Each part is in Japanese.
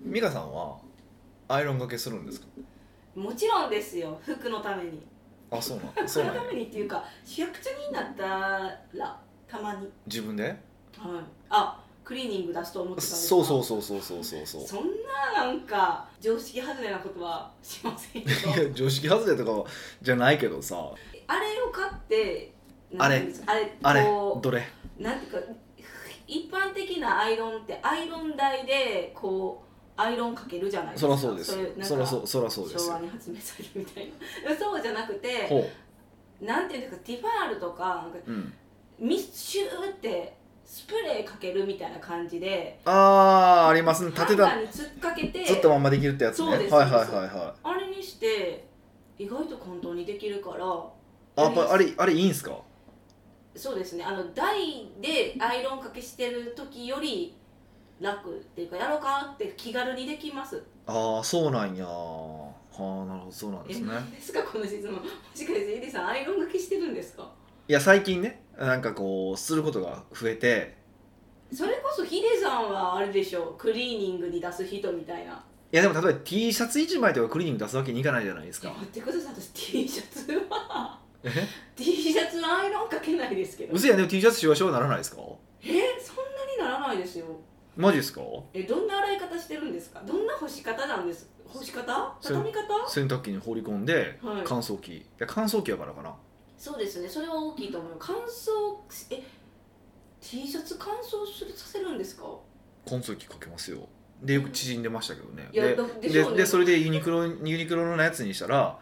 美香さんはアイロンがけするんですか？ もちろんですよ、服のために。 あ、そう服のなんや。 ためにっていうか、主役長になったらたまに、 自分で？ はい、あ、クリーニング出すと思ってたんですか？ そうそうそうそうそうそうそんななんか常識外れなことはしませんけどいや常識外れとかはじゃないけどさ。 あれを買ってあれなんていうんですか、 あれこどれ？ うなんていうか、一般的なアイロンってアイロン台でこうアイロンかけるじゃないですか。 そらそうです。 れなんかそらそうですよ。 昭和に発明されるみたいなそうじゃなくて、 ほなんていうんですか、ティファールとかなんかう。うん。 シューってスプレーかけるみたいな感じで、 ありますね。 ハ立てたンガーに突っかけてずっとまんまできるってやつね。 そうですはいはいはいはあれにして意外と簡単にできるから。 い。やっぱあれいいんすか？ そうですね、台でアイロンかけしてる時より楽っていうか、やろうかって気軽にできます。 ああ、そうなんや。はあ、なるほど、そうなんですね。 何ですかこの質問。もしかしてエリさんアイロンがけしてるんですか？ いや最近ね、なんかこうすることが増えて。 それこそヒデさんはあれでしょう、クリーニングに出す人みたいな。 いやでも例えば T シャツ1枚とかクリーニング出すわけにいかないじゃないですか。 待ってください、私 T シャツはえ T シャツはアイロンかけないですけど。 うせやね。 T シャツシワシワならないですか？ そんなにならないですよ。 マジですか？ どんな洗い方してるんですか？どんな干し方なんです？干し方？畳み方？ 洗濯機に放り込んで、 はい、 乾燥機。いや乾燥機やからかな。 そうですね、それは大きいと思う。乾燥、T シャツ乾燥させるんですか？ 乾燥機かけますよ。でよく縮んでましたけどね。 いやでしょうね。 でそれでユニクロのやつにしたらはい、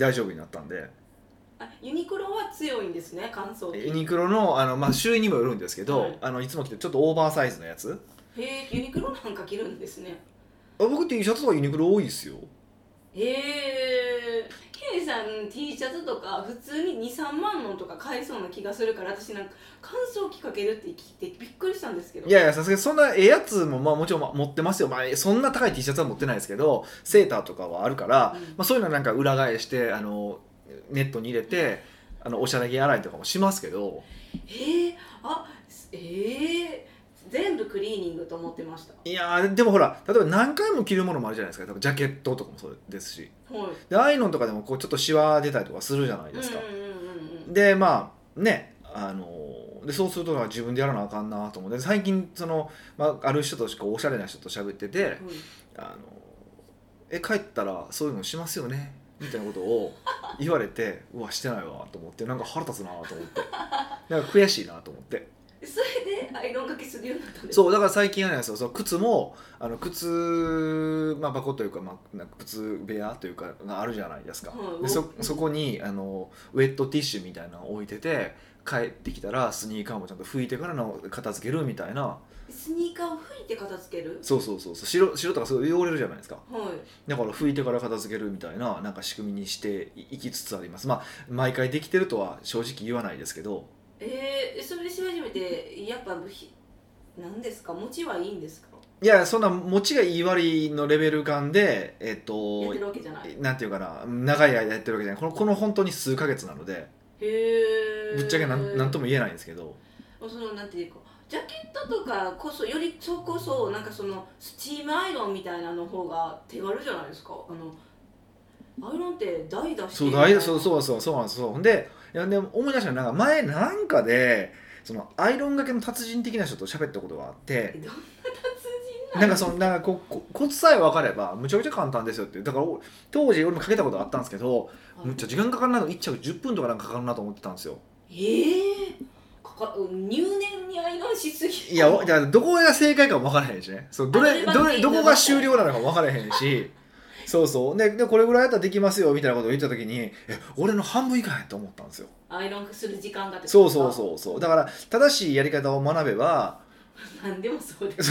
大丈夫になったんで。 ユニクロは強いんですね、乾燥機。 ユニクロの種類にもよるんですけど、 はい、 いつも着てちょっとオーバーサイズのやつ。 へえ、ユニクロなんか着るんですね。 僕 T シャツとかユニクロ多いですよ。 へえ、ケイさん T シャツとか普通に2、3万のとか買えそうな気がするから、私なんか乾燥機かけるって聞いてびっくりしたんですけど。 いやいや、さすがにそんなやつももちろん持ってますよ。そんな高い T シャツは持ってないですけど、セーターとかはあるから、そういうのなんか裏返してネットに入れておしゃれ着洗いとかもしますけど。 全部クリーニングと思ってました。 いやでもほら、例えば何回も着るものもあるじゃないですか。多分ジャケットとかもそうですし、 はい、 でアイロンとかでもこうちょっとシワ出たりとかするじゃないですか。でね、でそうすると自分でやらなあかんなと思って、最近ある人とおしゃれな人と喋ってて、帰ったらそういうのしますよねみたいなことを言われてうわしてないわと思って、なんか腹立つなと思って、なんか悔しいなと思って。 それでアイロンかけするようになったんですか？ そうだから最近はね、靴も箱というか、なんか靴部屋というかがあるじゃないですか。でそこにウェットティッシュみたいなのを置いてて、帰ってきたらスニーカーもちゃんと拭いてからの片付けるみたいな。 スニーカーを拭いて片付ける？ そう白とかすごい汚れるじゃないですか。 はい、 だから拭いてから片付けるみたいな、なんか仕組みにしていきつつあります。毎回できてるとは正直言わないですけど。 それし始めてやっぱ何ですか、持ちはいいんですか？ いやそんな持ちがいい悪いのレベル感でやってるわけじゃない。 なんていうかな、長い間やってるわけじゃない。この本当に数ヶ月なので、ぶっちゃけなんとも言えないんですけど、 なんていうか、ジャケットとかこそよりそこそなんかスチームアイロンみたいなの方が手軽じゃないですか。アイロンって台出してそうなんですよ。ほんで思い出したのが、なんか前なんかでアイロンがけの達人的な人と喋ったことがあって、 どんな達人なんかコツさえ分かればむちゃくちゃ簡単ですよって。だから当時俺もかけたことがあったんですけど、むっちゃ時間かかるなと、1着10分とかなんかかかるなと思ってたんですよ。 入念にアイロンしすぎ。 いやだからどこが正解かも分からへんしね。どこが終了なのかも分からへんしでこれぐらいやったらできますよみたいなことを言った時に、俺の半分以下やと思ったんですよ。 アイロンする時間がってそうだから正しいやり方を学べば何でもそうです。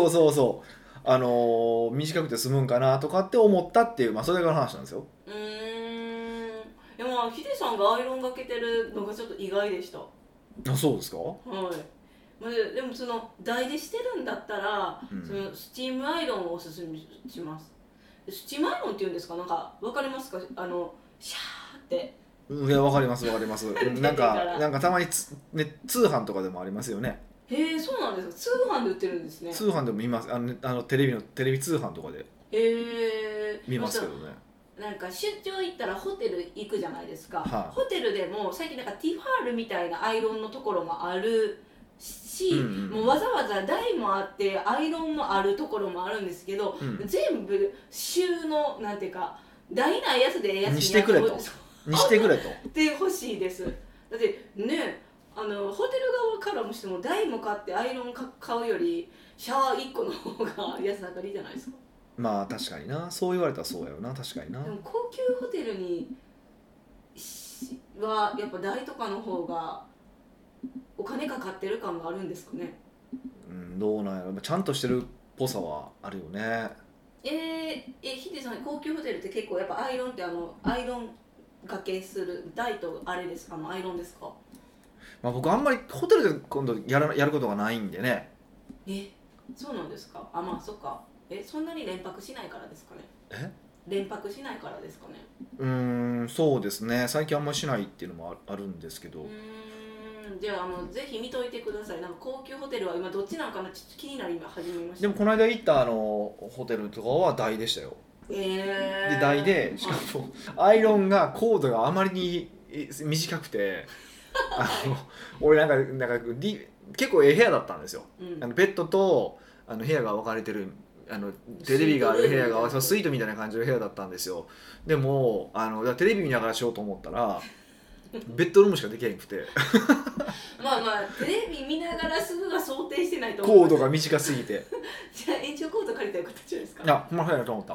短くて済むんかなとかって思ったっていう、それがの話なんですよ。 でもヒデさんがアイロンがけてるのがちょっと意外でした。 あ、そうですか？ はい。でも台でしてるんだったら、スチームアイロンをおすすめします。スチームアイロンっていうんですか、なんか分かりますか？シャーって。 いや分かりますなんかたまに通販とかでもありますよね。 へえ、そうなんですか。通販で売ってるんですね。 通販でも見ます。テレビ通販とかでへえ。 見ますけどね。 なんか出張行ったらホテル行くじゃないですか、 はい、 ホテルでも最近なんかティファールみたいなアイロンのところもあるし、もうわざわざ台もあってアイロンもあるところもあるんですけど、全部収納なんていうか台ないやつでやつにしてくれとで欲しいです。だってね、ホテル側からもしても台も買ってアイロン買うよりシャワー1個の方が安上がりじゃないですか。 まあ確かにな、そう言われたらそうやよな、確かにな。 でも高級ホテルにはやっぱ台とかの方がお金かかってる感があるんですかね。 どうなんやろ、ちゃんとしてるっぽさはあるよね。 ヒデさん、高級ホテルって結構やっぱアイロンってアイロンがけする台とあれですか、アイロンですか。 まあ僕あんまりホテルで今度やることがないんでね。 そうなんですか。まあそっか。そんなに連泊しないからですかね。連泊しないからですかね。 そうですね、最近あんまりしないっていうのもあるんですけど。 じゃあぜひ見といてください。なんか高級ホテルは今どっちなのかな、ちょっと気になり始めました。 でもこの間行ったホテルとかは台でしたよ。で台で、しかもアイロンがコードがあまりに短くて俺なんか結構部屋だったんですよ、ベッドと部屋が分かれてるテレビがある部屋がスイートみたいな感じの部屋だったんですよ。でもテレビ見ながらしようと思ったらベッドルームしかできへんくてまあテレビ見ながらすぐは想定してないと思う。 コードが短すぎてじゃあ延長コード借りたらよかったじゃないですか。 いや、ほんまそうやと思った。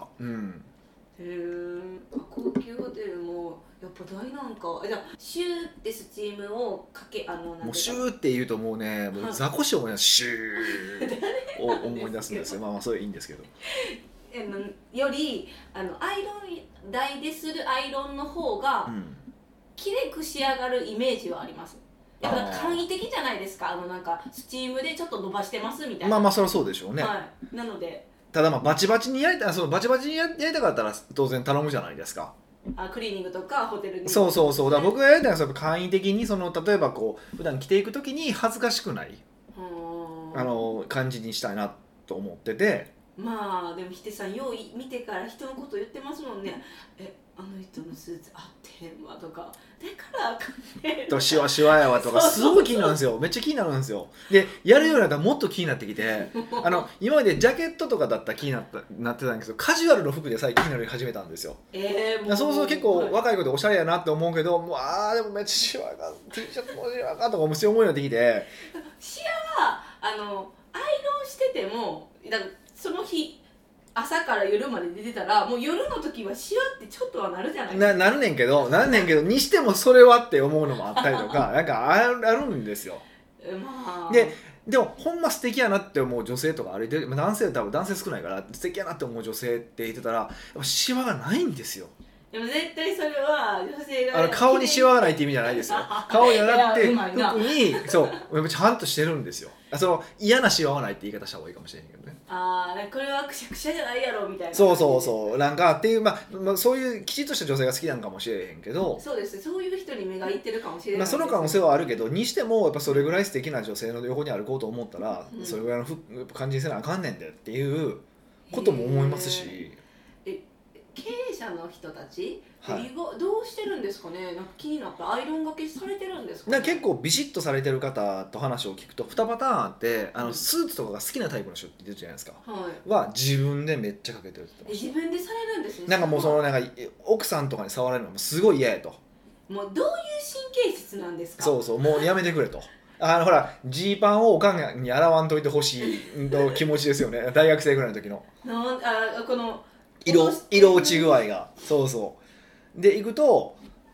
高級ホテルもやっぱ大なんか。じゃあシューってスチームをかけもうシューって言うともうね、もうザコシを思い出す、シューを思い出すんですよ。まあそれいいんですけど。 よりアイロン台でするアイロンの方がきれく仕上がるイメージはあります。やっぱ簡易的じゃないですか。なんかスチームでちょっと伸ばしてますみたいな。 まあそりゃそうでしょうね。 なので。 ただバチバチにやりたい、バチバチにやりたかったら当然頼むじゃないですか。 クリーニングとかホテルに。 そうだから僕がやりたいのは簡易的に例えば普段着ていくときに恥ずかしくない感じにしたいなと思ってて。 まあでもヒデさんよう見てから人のこと言ってますもんね。あの人のスーツ合ってへんわとか、だからあかんねんとかシワシワやわとかすごい気になるんですよ。めっちゃ気になるんですよ。でやるようになったらもっと気になってきて今までジャケットとかだったら気になってたんですけど、カジュアルの服でさえ気になり始めたんですよ。そう結構若い子でおしゃれやなって思うけど、もうでもめっちゃシワが T シャツもシワがとかもそう思いになってきて、 シワはアイロンしててもその日朝から夜まで出てたらもう夜の時はシワってちょっとはなるじゃないですか。 なるねんけどにしてもそれはって思うのもあったりとかなんかあるんですよ。でもほんま素敵やなって思う女性とか歩いてる、男性少ないから素敵やなって思う女性って言ってたらやっぱシワがないんですよ。 でも絶対それは女性が顔にシワがないって意味じゃないですよ。顔じゃなくて服にちゃんとしてるんですよ。嫌なシワはないって言い方した方がいいかもしれないけどね。 これはくしゃくしゃじゃないやろみたいな。 そうなんかっていう、そういうきちっとした女性が好きなんかもしれへんけど、 そうです、そういう人に目がいってるかもしれないです。 その可能性はあるけど、にしてもやっぱそれぐらい素敵な女性の横に歩こうと思ったら、それぐらいの感じにせなあかんねんでっていうことも思いますし。 経営者の人たち、どうしてるんですかね。なんか気になった。アイロンがけされてるんですかね。 結構ビシッとされてる方と話を聞くと2パターンあって、スーツとかが好きなタイプの人って言ってるじゃないですか、は自分でめっちゃかけてるって言ってました。 自分でされるんですね。 なんかもうなんか奥さんとかに触られるのもすごい嫌やと。 もうどういう神経質なんですか。 もうやめてくれと。ほらジーパンをおかんに洗わんといてほしいの気持ちですよね。大学生ぐらいの時のこの色落ち具合がでいくと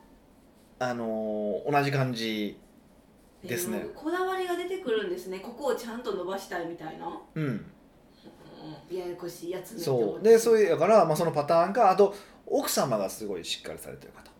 同じ感じですね。 こだわりが出てくるんですね。ここをちゃんと伸ばしたいみたいな。ややこしいやつね。 そういうだから、そのパターンか、あと奥様がすごいしっかりされてる方。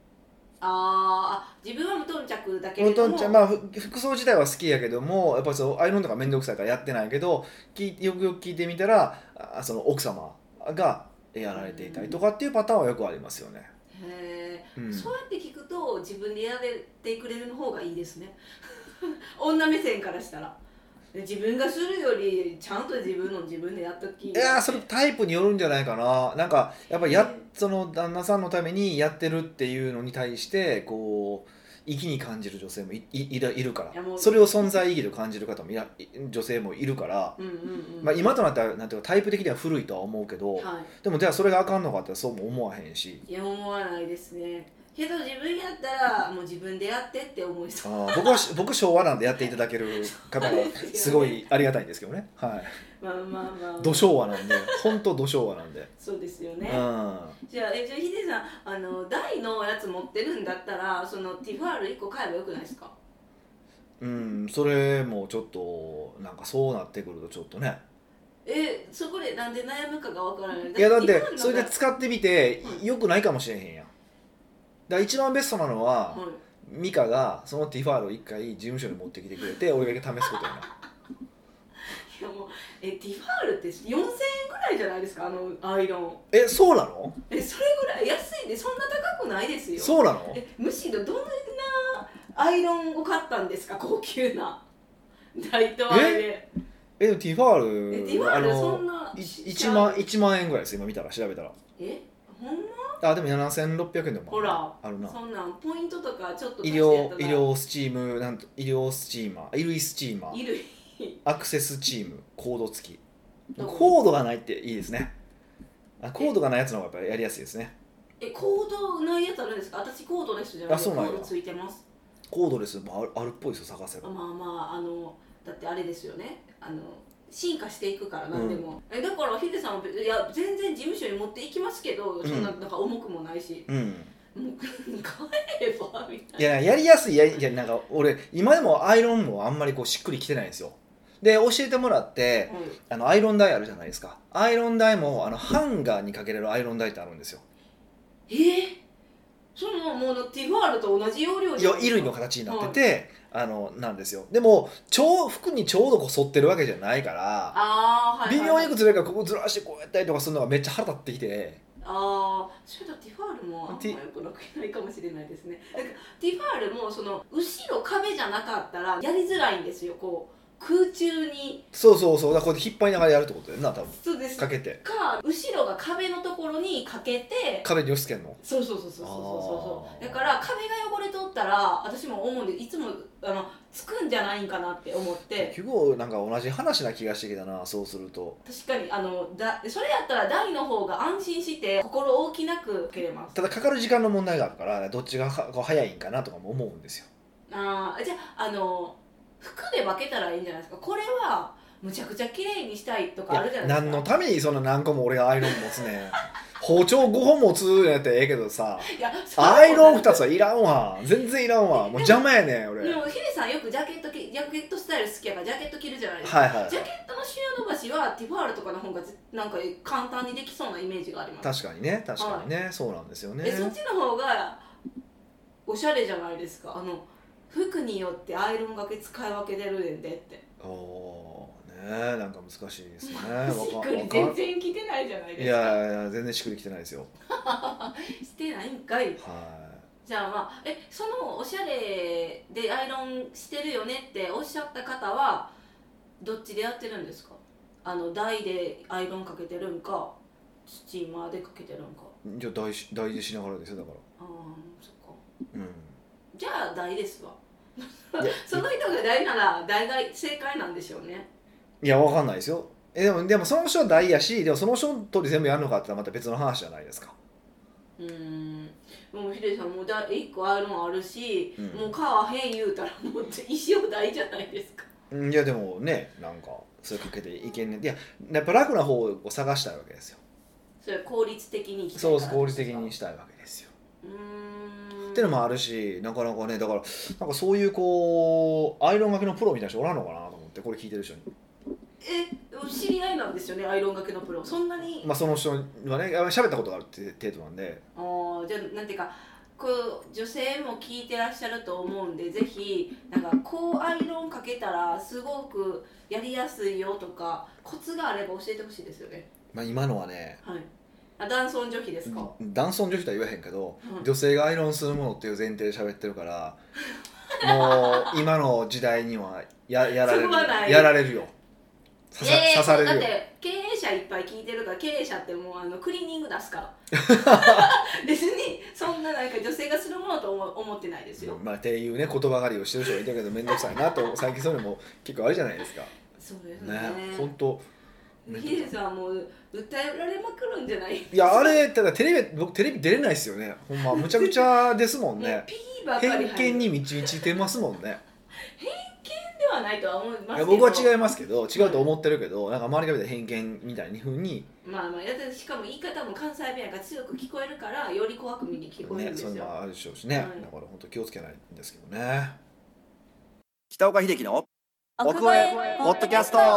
自分は無頓着だけれども、 服装自体は好きやけども、やっぱりアイロンとか面倒くさいからやってないけど、よくよく聞いてみたらその奥様がやられていたりとかっていうパターンはよくありますよね。 そうやって聞くと自分でやれてくれる方がいいですね女目線からしたら。 自分がするよりちゃんと自分でやっとき。 いやそれタイプによるんじゃないかな。なんかやっぱりその旦那さんのためにやってるっていうのに対してこう意義に感じる女性もいるから、それを存在意義と感じる方も女性もいるから、まあ、今となってはなんていうかタイプ的には古いとは思うけど、でもじゃあそれがあかんのかってそうも思わへんし。 いや思わないですね。けど自分やったらもう自分でやってって思いそう。 僕昭和なんでやっていただける方がすごいありがたいんですけどね。はい。ど昭和なんで、本当ど昭和なんで。 そうですよね。じゃあヒデさん大のやつ持ってるんだったらそのティファール1個買えばよくないですか？ それもちょっとなんかそうなってくるとちょっとね。 そこでなんで悩むかがわからない。 いやだってそれで使ってみて良くないかもしれへんやん。だから一番ベストなのは、ミカがそのティファールを1回事務所に持ってきてくれて俺が試すことやな。 いやもうティファールって4000円ぐらいじゃないですか、アイロン。 そうなの？ それぐらい安いで、そんな高くないですよ。 そうなの？ むしろどんなアイロンを買ったんですか、高級な大東愛で。 ティファールそんな 1万円ぐらいです今見たら調べたら。 ほんま？ でも7600円でもほらあるな。 そんなんポイントとかちょっと医療スチーム医療スチーマー、衣類スチーマー、アクセスチーム、コード付き。コードがないっていいですね。コードがないやつの方がやっぱりやりやすいですね。 コードないやつあるんですか？私コードレスじゃない。コードついてます。 コードレスもあるっぽいですよ、探せば。 だってあれですよね、進化していくから何でも、だからヒデさんはいや全然事務所に持っていきますけど、そんななんか重くもないし、もう買えればみたいな。 やりやすい。なんか俺今でもアイロンもあんまりこうしっくりきてないんですよ。で教えてもらって、アイロン台あるじゃないですか。アイロン台もハンガーにかけれるアイロン台ってあるんですよ。 そのもうティファールと同じ容量じゃないですか。 衣類の形になってて、なんですよ。でも服にちょうどこう沿ってるわけじゃないから、微妙にずれるからここずらしてこうやったりとかするのがめっちゃ腹立ってきて。 それとティファールもあんまりよくないかもしれないですね。なんかティファールもその後ろ壁じゃなかったらやりづらいんですよ。こう空中にそうだからこうやって引っ張りながらやるってことだよな、多分。 そうです。 かけて後ろが壁のところにかけて壁に押し付けんの。 そうだから壁が汚れとったら私も思うんで、いつもつくんじゃないんかなって思って。 結構なんか同じ話な気がしてきたな、そうすると。 確かにそれやったら台の方が安心して心置きなくかけれます。 ただかかる時間の問題があるからどっちがこう早いんかなとかも思うんですよ。 じゃあ服で分けたらいいんじゃないですか。これはむちゃくちゃ綺麗にしたいとかあるじゃないですか。 何のためにそんな何個も俺がアイロン持つねん。包丁5本持つやってええけどさ、アイロン2つはいらんわ。全然いらんわ。もう邪魔やねん俺。 でもヒデさんよくジャケットスタイル好きやからジャケット着るじゃないですか。ジャケットのシワ伸ばしはティファールとかの方がなんか簡単にできそうなイメージがあります。 確かにね、そうなんですよね。 そっちの方がおしゃれじゃないですか。服によってアイロンがけ使い分けてるんでって。 なんか難しいですね。 しっくり全然着てないじゃないですか。 いや全然しっくりきてないですよ。 してないんかい。じゃあそのおしゃれでアイロンしてるよねっておっしゃった方はどっちでやってるんですか？台でアイロンかけてるんかスチーマーでかけてるんか。 じゃあ台でしながらですよ、だから。 そっか。じゃあ台ですわ。その人が台なら台が正解なんでしょうね。 いやわかんないですよ。でもその人は台やし、でもその人通り全部やるのかってまた別の話じゃないですか。 もうヒデさんもう1個アイロンあるし、もう買わへん言うたらもう一生台じゃないですか。 いやでもね、なんかそれかけていけんねん。いややっぱ楽な方を探したいわけですよ。 それ効率的にそう効率的にしたいわけですよ。っていうのもあるし、なかなかね、だからなんかそういうこうアイロンがけのプロみたいな人おらんのかなと思って、これ聞いてる人に。 知り合いなんですよね、アイロンがけのプロ。そんなにその人はね喋ったことがあるって程度なんで。 じゃあなんていうか、こう女性も聞いてらっしゃると思うんで、ぜひなんかこうアイロンかけたらすごくやりやすいよとかコツがあれば教えてほしいですよね。 今のはね、 男尊女卑ですか？ 男尊女卑とは言わへんけど、女性がアイロンするものっていう前提で喋ってるからもう今の時代にはやられるそこはないやられるよ。刺されるよ。 だって経営者いっぱい聞いてるから、経営者ってもうクリーニング出すから別にそんななんか女性がするものと思ってないですよ。 まあっていうね言葉狩りをしてる人がいたけど面倒くさいなと最近そういうのも結構あるじゃないですか。 そうですね。 本当。 ヒデさんはもう訴えられまくるんじゃないですか。 いやあれただ僕テレビ出れないですよね。ほんまむちゃくちゃですもんね。 ピーばっかり偏見に満ちてますもんね。 偏見ではないとは思いますけど。 いや僕は違いますけど、違うと思ってるけど、なんか周りが見た偏見みたいに風に。 まあまあしかも言い方も関西弁が強く聞こえるからより怖く見に聞こえるんですよ。 ね、そういうのもあるでしょうしね。 はい、 だから本当気をつけないんですけどね。北岡秀樹の奥越えポッドキャスト。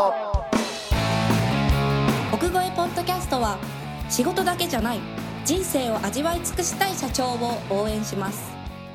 奥越えポッドキャストは仕事だけじゃない人生を味わい尽くしたい社長を応援します。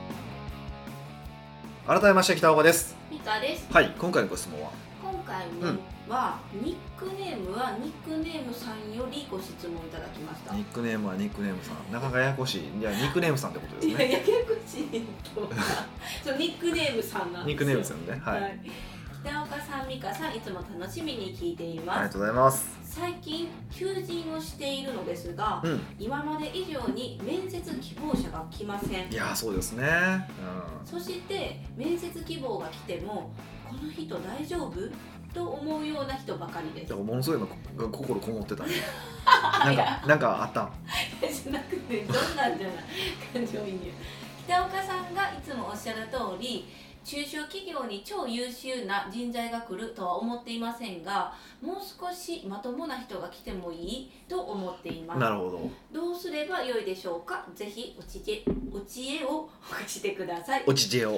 改めまして北岡です。 ミカです。 はい、今回のご質問は今回は、ニックネームはニックネームさんよりご質問いただきました。 ニックネームはニックネームさん、なかなかややこしい。いやニックネームさんってことですね。 いやややこしいとそうニックネームさんなんですよ。 ニックネームさんね。はい、 はい、北岡さん、美香さん、いつも楽しみに聞いています。 ありがとうございます。 最近求人をしているのですが、今まで以上に面接希望者が来ません。 いやそうですね、 そして面接希望が来てもこの人大丈夫と思うような人ばかりです。 ものすごいの心こもってたね。なんかあったんじゃなくてどんなんじゃない感情移入。北岡さんがいつもおっしゃる通り、中小企業に超優秀な人材が来るとは思っていませんが、もう少しまともな人が来てもいいと思っています。 なるほど。 どうすればよいでしょうか。ぜひお知恵を貸してください。 お知恵を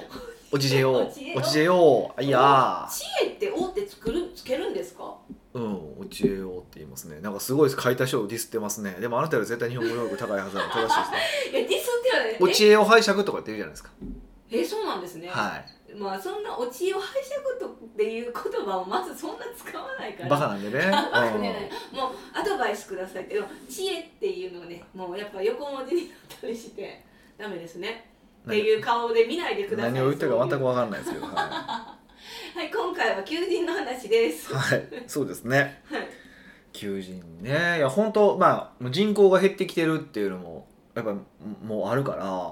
いや知恵って「お」ってつけるんですか。 お知恵をって言いますね。なんかすごい書いた人をディスってますね。でもあなたより絶対日本語能力高いはずなの正しいですね。 いやディスってはね。 お知恵を拝借とかって言うじゃないですか。 そうなんですね。 はい。 まあそんなお知恵を拝借とっていう言葉をまずそんな使わないからバカなんでね。 もうアドバイスくださいって。知恵っていうのがね、もうやっぱ横文字になったりしてダメですねっていう顔で見ないでください。 何を言ってるか全く分かんないですけど。 はい、今回は求人の話です。 はい、そうですね。 はい、 求人ね。いや本当人口が減ってきてるっていうのもやっぱもうあるから。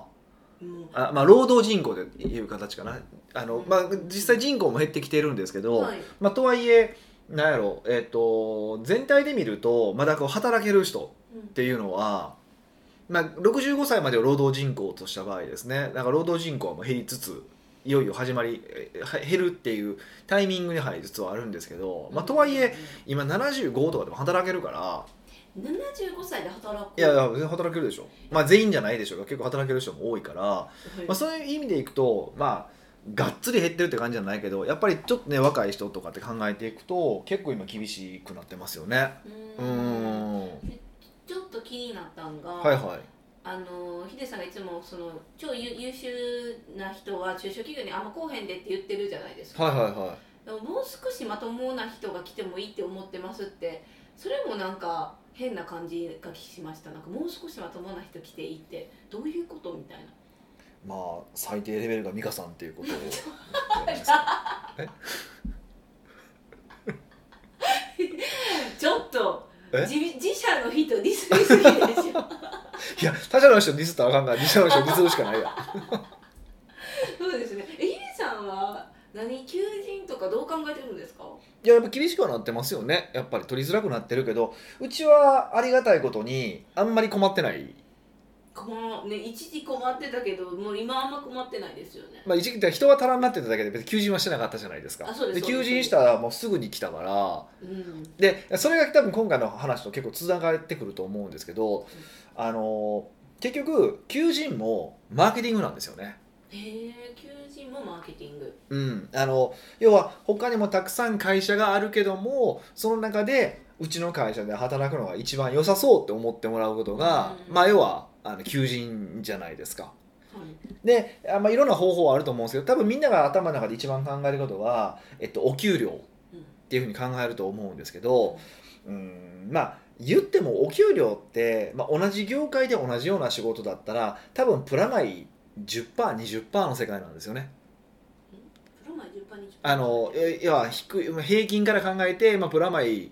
労働人口でいう形かな。実際人口も減ってきてるんですけど、 はい、 とはいえなんやろ、全体で見るとまだこう働ける人っていうのは、65歳までを労働人口とした場合ですね。だから労働人口はもう減りつついよいよ減るっていうタイミングに入りつつはあるんですけど、とはいえ今75とかでも働けるから。 75歳で働く。 いや全然働けるでしょ。全員じゃないでしょうが結構働ける人も多いから、はい、そういう意味でいくとがっつり減ってるって感じじゃないけど、やっぱりちょっとね若い人とかって考えていくと結構今厳しくなってますよね。 ちょっと気になったんが、 はいはい、 ヒデさんがいつもその超優秀な人は中小企業にあんま来おへんでって言ってるじゃないですか。 はいはいはい。 でももう少しまともな人が来てもいいって思ってますって、それもなんか変な感じがしました。なんかもう少しまともな人来ていいってどういうことみたいな。 最低レベルが美香さんっていうことをちょっと自社の人ディスりすぎでしょ。 いや他社の人ディスったらあかんから自社の人ディスるしかないや。 そうですね。ヒデさんは求人とかどう考えてるんですか。 いややっぱ厳しくはなってますよね。やっぱり取りづらくなってるけど、うちはありがたいことにあんまり困ってない。 一時困ってたけどもう今あんま困ってないですよね。 一時期人が足らんなってただけで別に求人はしてなかったじゃないですか。で求人したらもうすぐに来たから、でそれが多分今回の話と結構つながってくると思うんですけど、結局求人もマーケティングなんですよね。 求人もマーケティング。 要は他にもたくさん会社があるけども、その中でうちの会社で働くのが一番良さそうって思ってもらうことが、要は求人じゃないですか。で、いろんな方法はあると思うんですけど、多分みんなが頭の中で一番考えることは、お給料っていうふうに考えると思うんですけど、言ってもお給料って、同じ業界で同じような仕事だったら多分プラマイ 10%、20% の世界なんですよね。 10%20% 要は低い平均から考えて、プラマイ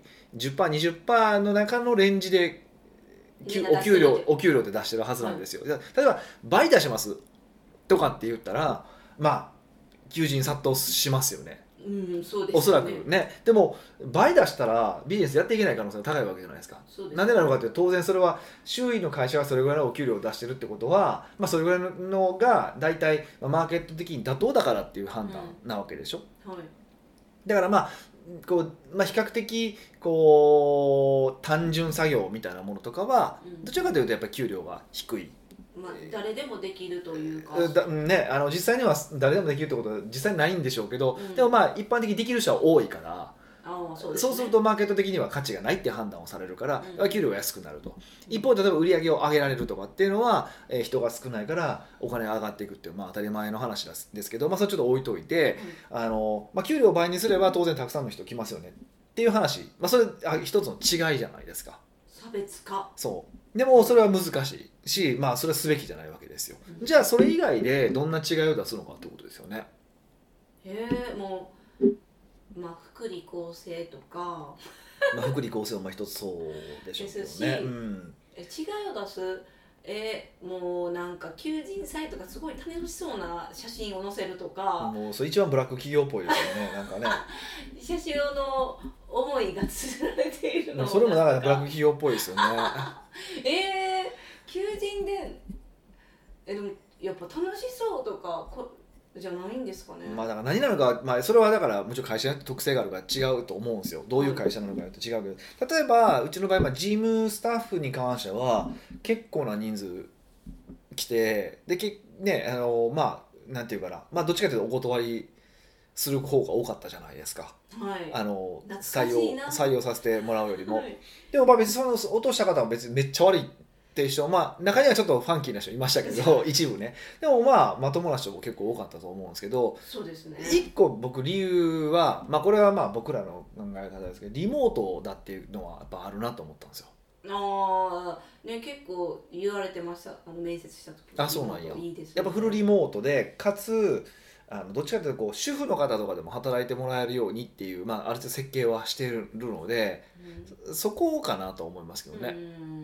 10%20% の中のレンジでお給料で出してるはずなんですよ、例えば倍出しますとかって言ったら求人殺到しますよね、 そうですよね、 おそらくね。でも倍出したらビジネスやっていけない可能性が高いわけじゃないですか。 そうですね、 なんでなのかというと、当然それは周囲の会社がそれぐらいのお給料を出してるってことは、それぐらいのが大体マーケット的に妥当だからっていう判断なわけでしょ、 はい、だから比較的単純作業みたいなものとかは、どちらかというとやっぱり給料が低い、 誰でもできるというか実際には誰でもできるってことは実際ないんでしょうけど、でも一般的にできる人は多いから、そうするとマーケット的には価値がないっていう判断をされるから、給料が安くなると。一方で例えば売り上げを上げられるとかっていうのは、人が少ないからお金が上がっていくっていう、当たり前の話ですけど、それちょっと置いといて、給料を倍にすれば当然たくさんの人来ますよねっていう話、それ一つの違いじゃないですか。 差別化。 そうでもそれは難しいし、それはすべきじゃないわけですよ。じゃあそれ以外でどんな違いを出すのかってことですよね。 もう福利厚生とか福利厚生も一つそうでしょうけどね。 ですし、違いを出すもうなんか求人サイトがすごい楽しそうな写真を載せるとか、 もうそれ一番ブラック企業っぽいですよね。なんかね写真の思いが綴られているのもそれもなんかブラック企業っぽいですよね求人ででもやっぱ楽しそうとかじゃないんですかね。 だから何なのか、それはだからもちろん会社によって特性があるから違うと思うんですよ。どういう会社なのかによって違うけど、例えばうちの場合、事務スタッフに関しては結構な人数来て、でなんていうかな、どっちかというとお断りする方が多かったじゃないですか、採用させてもらうよりも、でも別にその落とした方は別にめっちゃ悪いっていう人、中にはちょっとファンキーな人いましたけど一部ね。でもまともな人も結構多かったと思うんですけど、 そうですね、 一個僕理由は、これは僕らの考え方ですけど、リモートだっていうのはやっぱあるなと思ったんですよ。 結構言われてました、面接した時に。そうなんや。 いいですね、 やっぱフルリモートでかつどっちかというと主婦の方とかでも働いてもらえるようにっていう、ある程度設計はしてるので、そこかなと思いますけどね。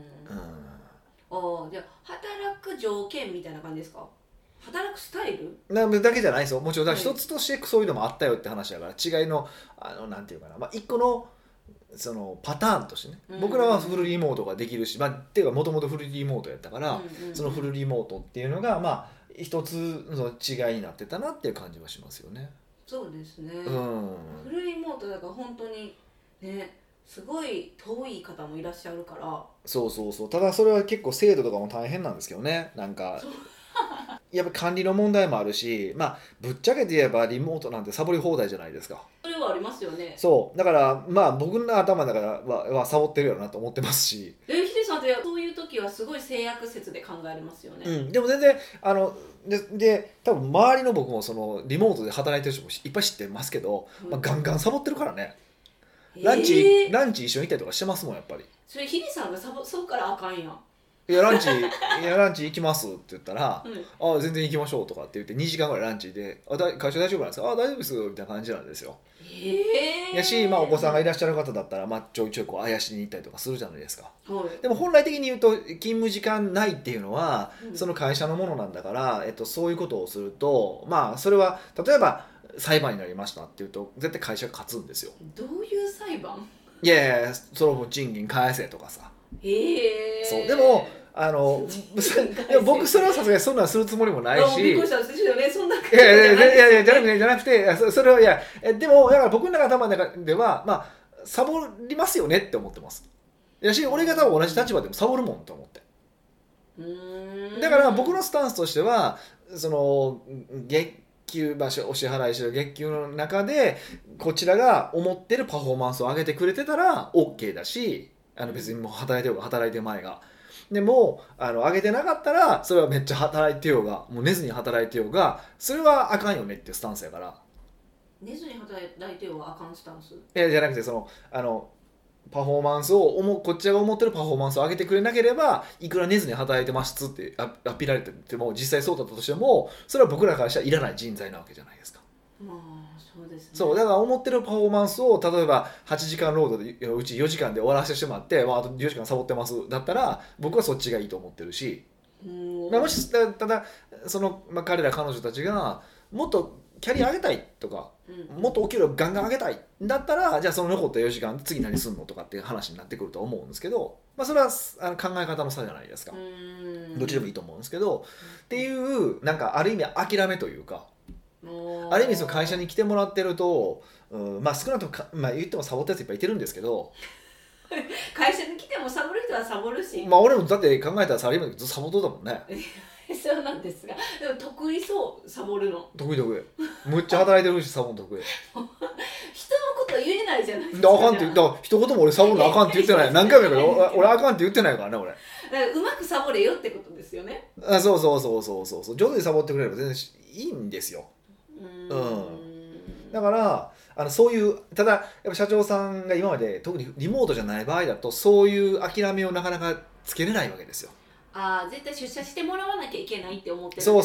じゃあ働く条件みたいな感じですか？働くスタイルだけじゃないですよ。もちろん一つとしてそういうのもあったよって話だから、違いのなんていうかな、一個のそのパターンとしてね、僕らはフルリモートができるし、っていうかもともとフルリモートやったから、そのフルリモートっていうのが一つの違いになってたなっていう感じはしますよね。 そうですね、フルリモートだから本当にね、すごい遠い方もいらっしゃるから。 そうただそれは結構制度とかも大変なんですけどね。なんかやっぱ管理の問題もあるし、ぶっちゃけて言えばリモートなんてサボり放題じゃないですか。 それはありますよね。 そうだから僕の頭の中はサボってるやろなと思ってますし、 ヒデさんってそういう時はすごい性悪説で考えれますよね。 でも全然で多分周りの僕もそのリモートで働いてる人もいっぱい知ってますけど、ガンガンサボってるからね。ランチ一緒に行ったりとかしてますもん、やっぱり。 それヒデさんがそうからあかんやん。 ランチ行きますって言ったら、全然行きましょうとかって言って2時間ぐらいランチで、会社大丈夫なんですか？大丈夫ですみたいな感じなんですよ。やし、お子さんがいらっしゃる方だったら、ちょいちょいあやしに行ったりとかするじゃないですか。でも本来的に言うと勤務時間ないっていうのは、その会社のものなんだから、そういうことをすると、それは例えば裁判になりましたっていうと絶対会社が勝つんですよ。 どういう裁判？ いやその分賃金返せとかさ。そうでも僕それはさすがにそんなんするつもりもないし、 びっくりしたんですよね。そんなじゃなくてそれはでもだから僕の頭の中ではサボりますよねって思ってます。やし俺が多分同じ立場でもサボるもんと思って。だから僕のスタンスとしてはその月給お支払いしてる月給の中でこちらが思ってるパフォーマンスを上げてくれてたら OK だし、別にもう働いてようが働いて前が。でも上げてなかったらそれはめっちゃ働いてようがもう寝ずに働いてようがそれはあかんよねっていうスタンスやから。 寝ずに働いてようがあかんスタンス？ じゃなくてそのパフォーマンスをこっちが思ってるパフォーマンスを上げてくれなければいくら寝ずに働いてますってアピられても実際そうだったとしてもそれは僕らからしたらいらない人材なわけじゃないですか。 まあそうですね。 そうだから思ってるパフォーマンスを例えば8時間労働でうち4時間で終わらせてしまって、あと4時間サボってますだったら僕はそっちがいいと思ってるし、もしただその、彼ら彼女たちがもっとキャリア上げたいとか、もっとお給料ガンガン上げたいだったら、じゃあその残った4時間次何すんのとかっていう話になってくると思うんですけど、それは考え方の差じゃないですか。どっちでもいいと思うんですけど、っていうなんかある意味諦めというか、ある意味その会社に来てもらってると、少なくとも言ってもサボったやついっぱいいてるんですけど会社に来てもサボる人はサボるし、 俺もだって考えたらサラリーマンでずっとサボっとったもんねそうなんですが、でも得意そうサボるの。 得意むっちゃ働いてるしサボるの得意人のこと言えないじゃないですか。 あかんって言った一言も俺サボるのあかんって言ってない何回も言うけど俺あかんって言ってないからね俺。 だからうまくサボれよってことですよね。 そう上手にサボってくれれば全然いいんですよ。だからそういうただやっぱ社長さんが今まで特にリモートじゃない場合だとそういう諦めをなかなかつけれないわけですよ。 絶対出社してもらわなきゃいけないって思ってるんですそう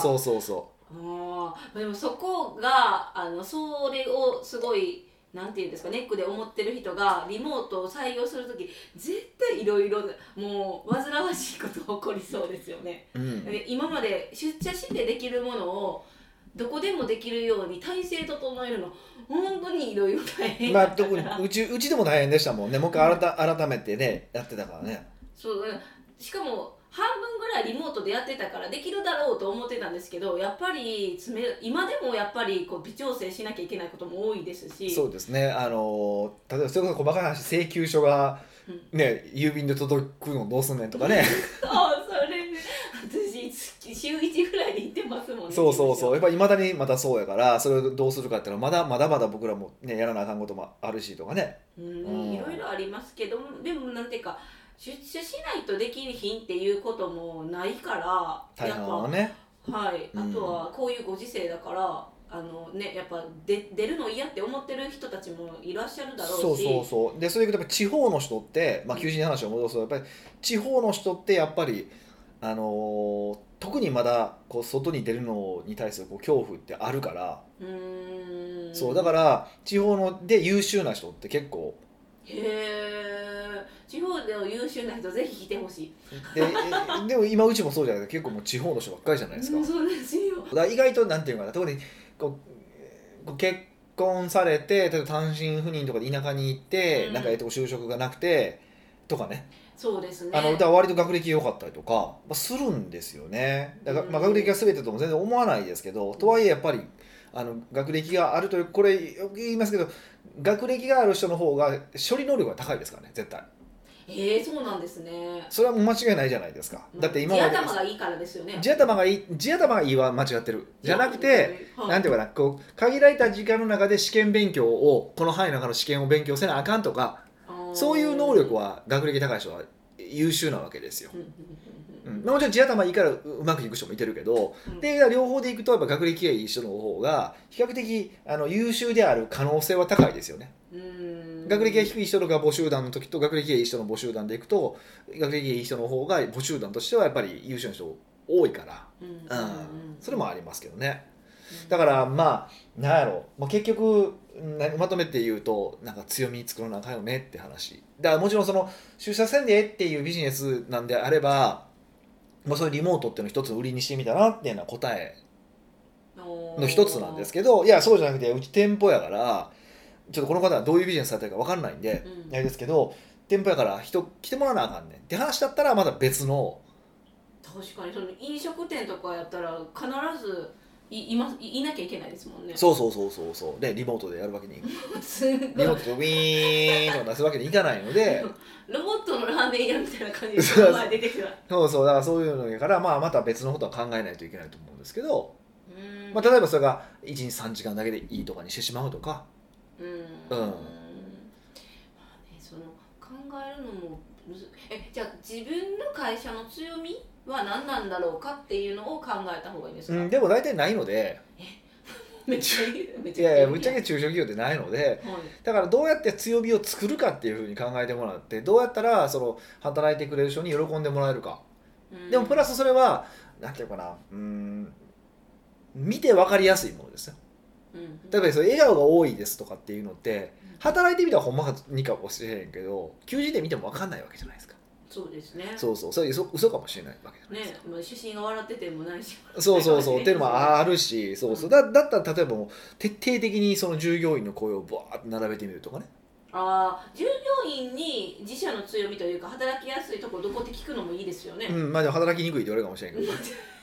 でもそこがそれをすごいなんていうんですか、ネックで思ってる人がリモートを採用するとき絶対いろいろもう煩わしいこと起こりそうですよね、で今まで出社してできるものをどこでもできるように体制整えるの本当にいろいろ大変だったから、 特にうちでも大変でしたもんね。もう一回改めてねやってたからね。 そうしかも半分ぐらいリモートでやってたからできるだろうと思ってたんですけど、やっぱり今でもやっぱりこう微調整しなきゃいけないことも多いですし。 そうですね。例えばそれこそ細かい話、請求書がね、郵便で届くのどうすんねんとかねそうそれ私週1ぐらいで行ってますもんね。 そうやっぱり未だにまたそうやから、それをどうするかっていうのはまだ僕らもねやらなあかんこともあるしとかね。 いろいろありますけど、でもなんていうか出社しないとできる日っていうこともないから大半はね。 はい、あとはこういうご時世だからやっぱ出るの嫌って思ってる人たちもいらっしゃるだろうし。 そうで、それでやっぱ地方の人って、求人の話を戻すとやっぱり地方の人ってやっぱり特にまだこう外に出るのに対するこう恐怖ってあるから、そうだから地方ので優秀な人って結構地方での優秀な人ぜひ来てほしいでも今うちもそうじゃないですか、結構もう地方の人ばっかりじゃないですか。 そうですよ。 だから意外となんていうかな、特にこう結婚されて例えば単身赴任とかで田舎に行って、なんか就職がなくてとかね。 そうですね。 だから割と学歴良かったりとか、するんですよね。だから、学歴が全てとも全然思わないですけど、とはいえやっぱり学歴があるという、これよく言いますけど、学歴がある人の方が処理能力が高いですからね、絶対。 そうなんですね。 それはもう間違いないじゃないですか。だって今まで地頭がいいからですよね。 地頭がいいは間違ってるじゃなくて、なんていうかな、こう限られた時間の中で試験勉強をこの範囲の中の試験を勉強せなあかんとか、そういう能力は学歴高い人は優秀なわけですよ。もちろん地頭いいからうまくいく人もいてるけど、で両方でいくとやっぱ学歴がいい人の方が比較的優秀である可能性は高いですよね。学歴が低い人が募集団の時と学歴がいい人の募集団でいくと、学歴がいい人の方が募集団としてはやっぱり優秀な人多いから、それもありますけどね。だからなんやろう、結局まとめて言うと、なんか強み作らなあかんよねって話だから、もちろんその出社せんでっていうビジネスなんであれば、もうそういうリモートっていうのを一つ売りにしてみたらっていうのは答えの一つなんですけど、いやそうじゃなくて、うち店舗やからちょっとこの方はどういうビジネスされてるか分かんないんで、あれですけど、店舗やから人来てもらわなあかんねんって話だったらまだ別の。 確かにその飲食店とかやったら必ずいなきゃいけないですもんね。 そうでリモートでやるわけにリモートでウィーンと出すわけにいかないのでロボットのラーメン屋みたいな感じで出てきたそうだからそういうのやから、また別のことは考えないといけないと思うんですけど、例えばそれが1日3時間だけでいいとかにしてしまうとか。 その考えるのもじゃあ自分の会社の強みは何なんだろうかっていうのを考えた方がいいですか。 でも大体ないのでめっちゃぶっちゃけ中小企業ってないので、だからどうやって強みを作るかっていうふうに考えてもらって、どうやったらその働いてくれる人に喜んでもらえるか。でもプラスそれはなんていうかな、見て分かりやすいものですよ。 例えばそれ笑顔が多いですとかっていうのって働いてみたらほんまにかもしれへんけど求人で見ても分かんないわけじゃないですか。 そうですね。 そうそれ嘘かもしれないわけじゃないですか。 ね、主審が笑っててもないし。 そうっていうのもあるし、だったら例えばもう徹底的にその従業員の声をバーって並べてみるとかね。 従業員に自社の強みというか働きやすいところどこって聞くのもいいですよね。 まあでも働きにくいって言われるかもしれんけどね。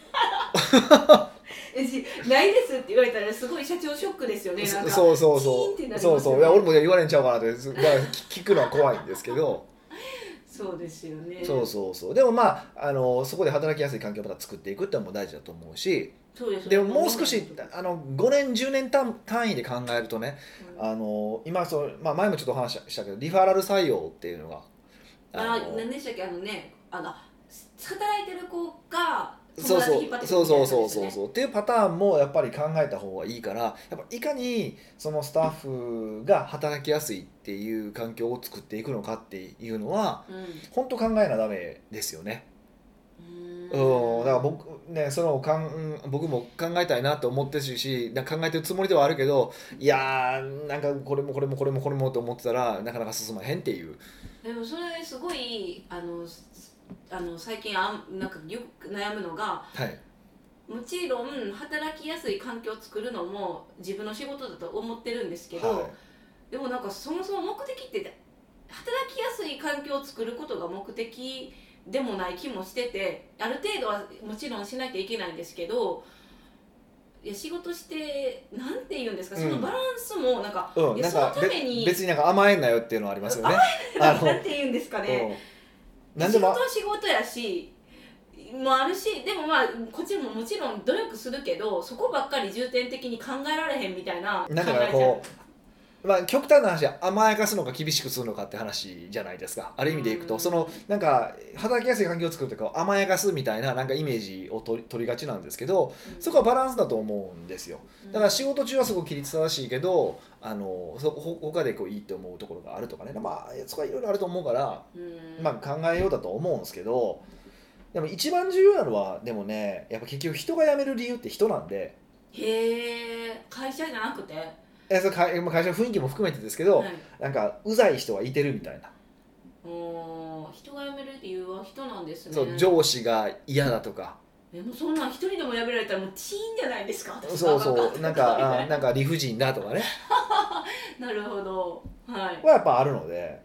ないですって言われたらすごい社長ショックですよね。なんかそういや俺も言われんちゃうかなって聞くのは怖いんですけど。 そうですよね。 でもまあそこで働きやすい環境をまた作っていくってのも大事だと思うし。 そうです。 でももう少し5年10年単位で考えるとね、今前もちょっとお話したけどリファラル採用っていうのが何でしたっけ働いてる子がそうっていうパターンもやっぱり考えた方がいいから、やっぱいかにそのスタッフが働きやすいっていう環境を作っていくのかっていうのは、本当考えなダメですよね。だから僕も考えたいなと思ってるし考えてるつもりではあるけど、いやーなんかこれもと思ってたらなかなか進まへんっていう。 でもそれすごい最近なんかよく悩むのが、もちろん働きやすい環境を作るのも自分の仕事だと思ってるんですけど、でもなんかそもそも目的って働きやすい環境を作ることが目的でもない気もしてて、ある程度はもちろんしなきゃいけないんですけど、いや仕事してなんて言うんですか、そのバランスもなんか、そのために別になんか甘えんなよっていうのはありますよね。 なんて言うんですかね、仕事は仕事やしもあるし、でもまあこっちももちろん努力するけどそこばっかり重点的に考えられへんみたいな考えちゃう。 極端な話は甘やかすのか厳しくするのかって話じゃないですか。ある意味でいくとなんか働きやすい環境を作るというか甘やかすみたいななんかイメージを取りがちなんですけど、そこはバランスだと思うんですよ。だから仕事中はすごく規律正しいけど他でいいって思うところがあるとかね、そこはいろいろあると思うから、考えようだと思うんですけど、でも一番重要なのはでもね、やっぱ結局人が辞める理由って人なんで。 会社じゃなくて会社の雰囲気も含めてですけど、なんかうざい人はいてるみたいな。 人が辞める理由は人なんですね。 そう上司が嫌だとか。 もうそんなん一人でも辞められたらもうチーンじゃないですか。 なんか理不尽だとかね。 なるほど。はやっぱあるので。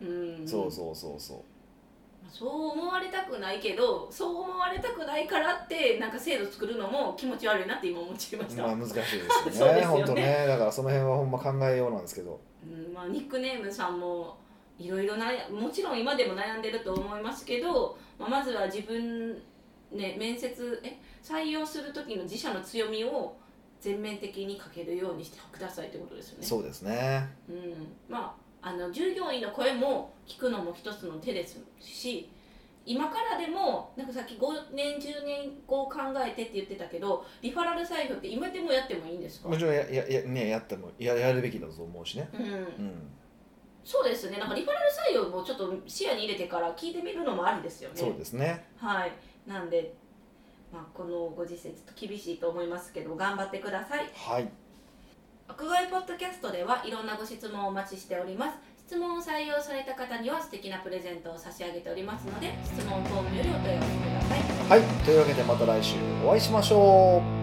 そう思われたくないけど、そう思われたくないからってなんか制度作るのも気持ち悪いなって今思っちゃいました。 難しいですよね。本当ね。だからその辺はほんま考えようなんですけど。 ニックネームさんもいろいろもちろん今でも悩んでると思いますけど、まずは自分ね面接採用する時の自社の強みを全面的にかけるようにしてくださいってことですよね。 そうですね。 従業員の声も聞くのも一つの手ですし、今からでもなんかさっき5年10年後考えてって言ってたけど、リファラル採用って今でもやってもいいんですか？ もちろんやってもやるべきだと思うしね。 そうですね。なんかリファラル採用もちょっと視野に入れてから聞いてみるのもありですよね。 そうですね。 なんで、このご時世ちょっと厳しいと思いますけど頑張ってください。屋外ポッドキャストではいろんなご質問をお待ちしております。質問を採用された方には素敵なプレゼントを差し上げておりますので、質問フォームよりお問い合わせください。 というわけでまた来週お会いしましょう。